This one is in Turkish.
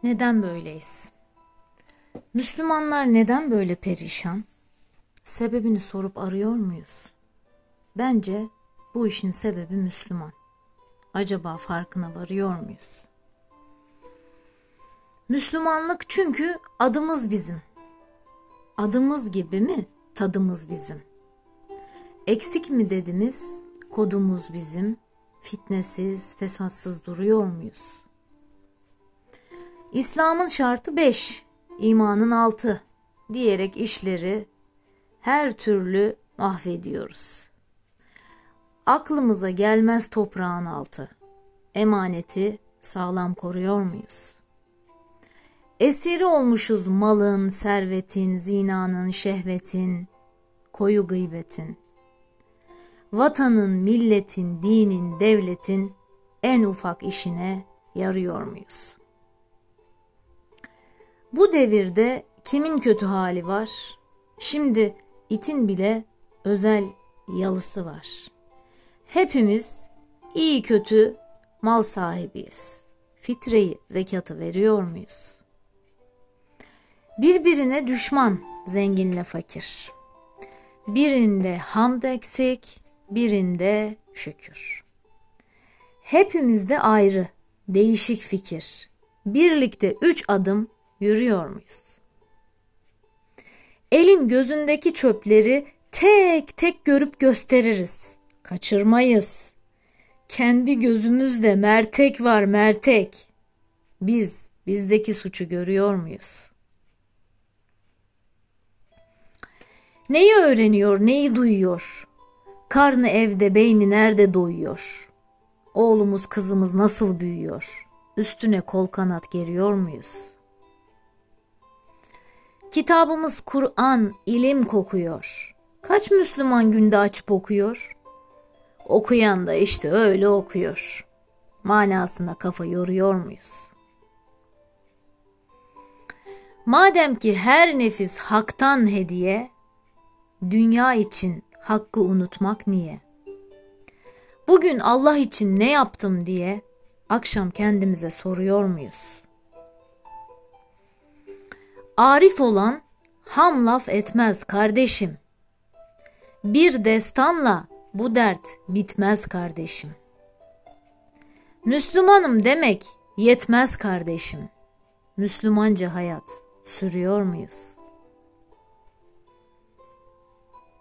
Neden böyleyiz? Müslümanlar neden böyle perişan? Sebebini sorup arıyor muyuz? Bence bu işin sebebi Müslüman. Acaba farkına varıyor muyuz? Müslümanlık çünkü adımız bizim. Adımız gibi mi? Tadımız bizim. Eksik mi dediniz? Kodumuz bizim. Fitnesiz, fesatsız duruyor muyuz? İslam'ın şartı 5, imanın 6 diyerek işleri her türlü mahvediyoruz. Aklımıza gelmez toprağın altı. Emaneti sağlam koruyor muyuz? Esiri olmuşuz malın, servetin, zinanın, şehvetin, koyu gıybetin. Vatanın, milletin, dinin, devletin en ufak işine yarıyor muyuz? Bu devirde kimin kötü hali var? Şimdi itin bile özel yalısı var. Hepimiz iyi kötü mal sahibiyiz. Fitreyi, zekatı veriyor muyuz? Birbirine düşman zenginle fakir. Birinde hamd eksik, birinde şükür. Hepimizde ayrı, değişik fikir. Birlikte 3 adım yürüyor muyuz? Elin gözündeki çöpleri tek tek görüp gösteririz. Kaçırmayız. Kendi gözümüzde mertek var, mertek. Bizdeki suçu görüyor muyuz? Neyi öğreniyor, neyi duyuyor? Karnı evde, beyni nerede doyuyor? Oğlumuz, kızımız nasıl büyüyor? Üstüne kol kanat geriyor muyuz? Kitabımız Kur'an, ilim kokuyor. Kaç Müslüman günde açıp okuyor? Okuyan da işte öyle okuyor. Manasına kafa yoruyor muyuz? Madem ki her nefis haktan hediye, dünya için hakkı unutmak niye? Bugün Allah için ne yaptım diye akşam kendimize soruyor muyuz? Arif olan ham laf etmez kardeşim. Bir destanla bu dert bitmez kardeşim. Müslümanım demek yetmez kardeşim. Müslümanca hayat sürüyor muyuz?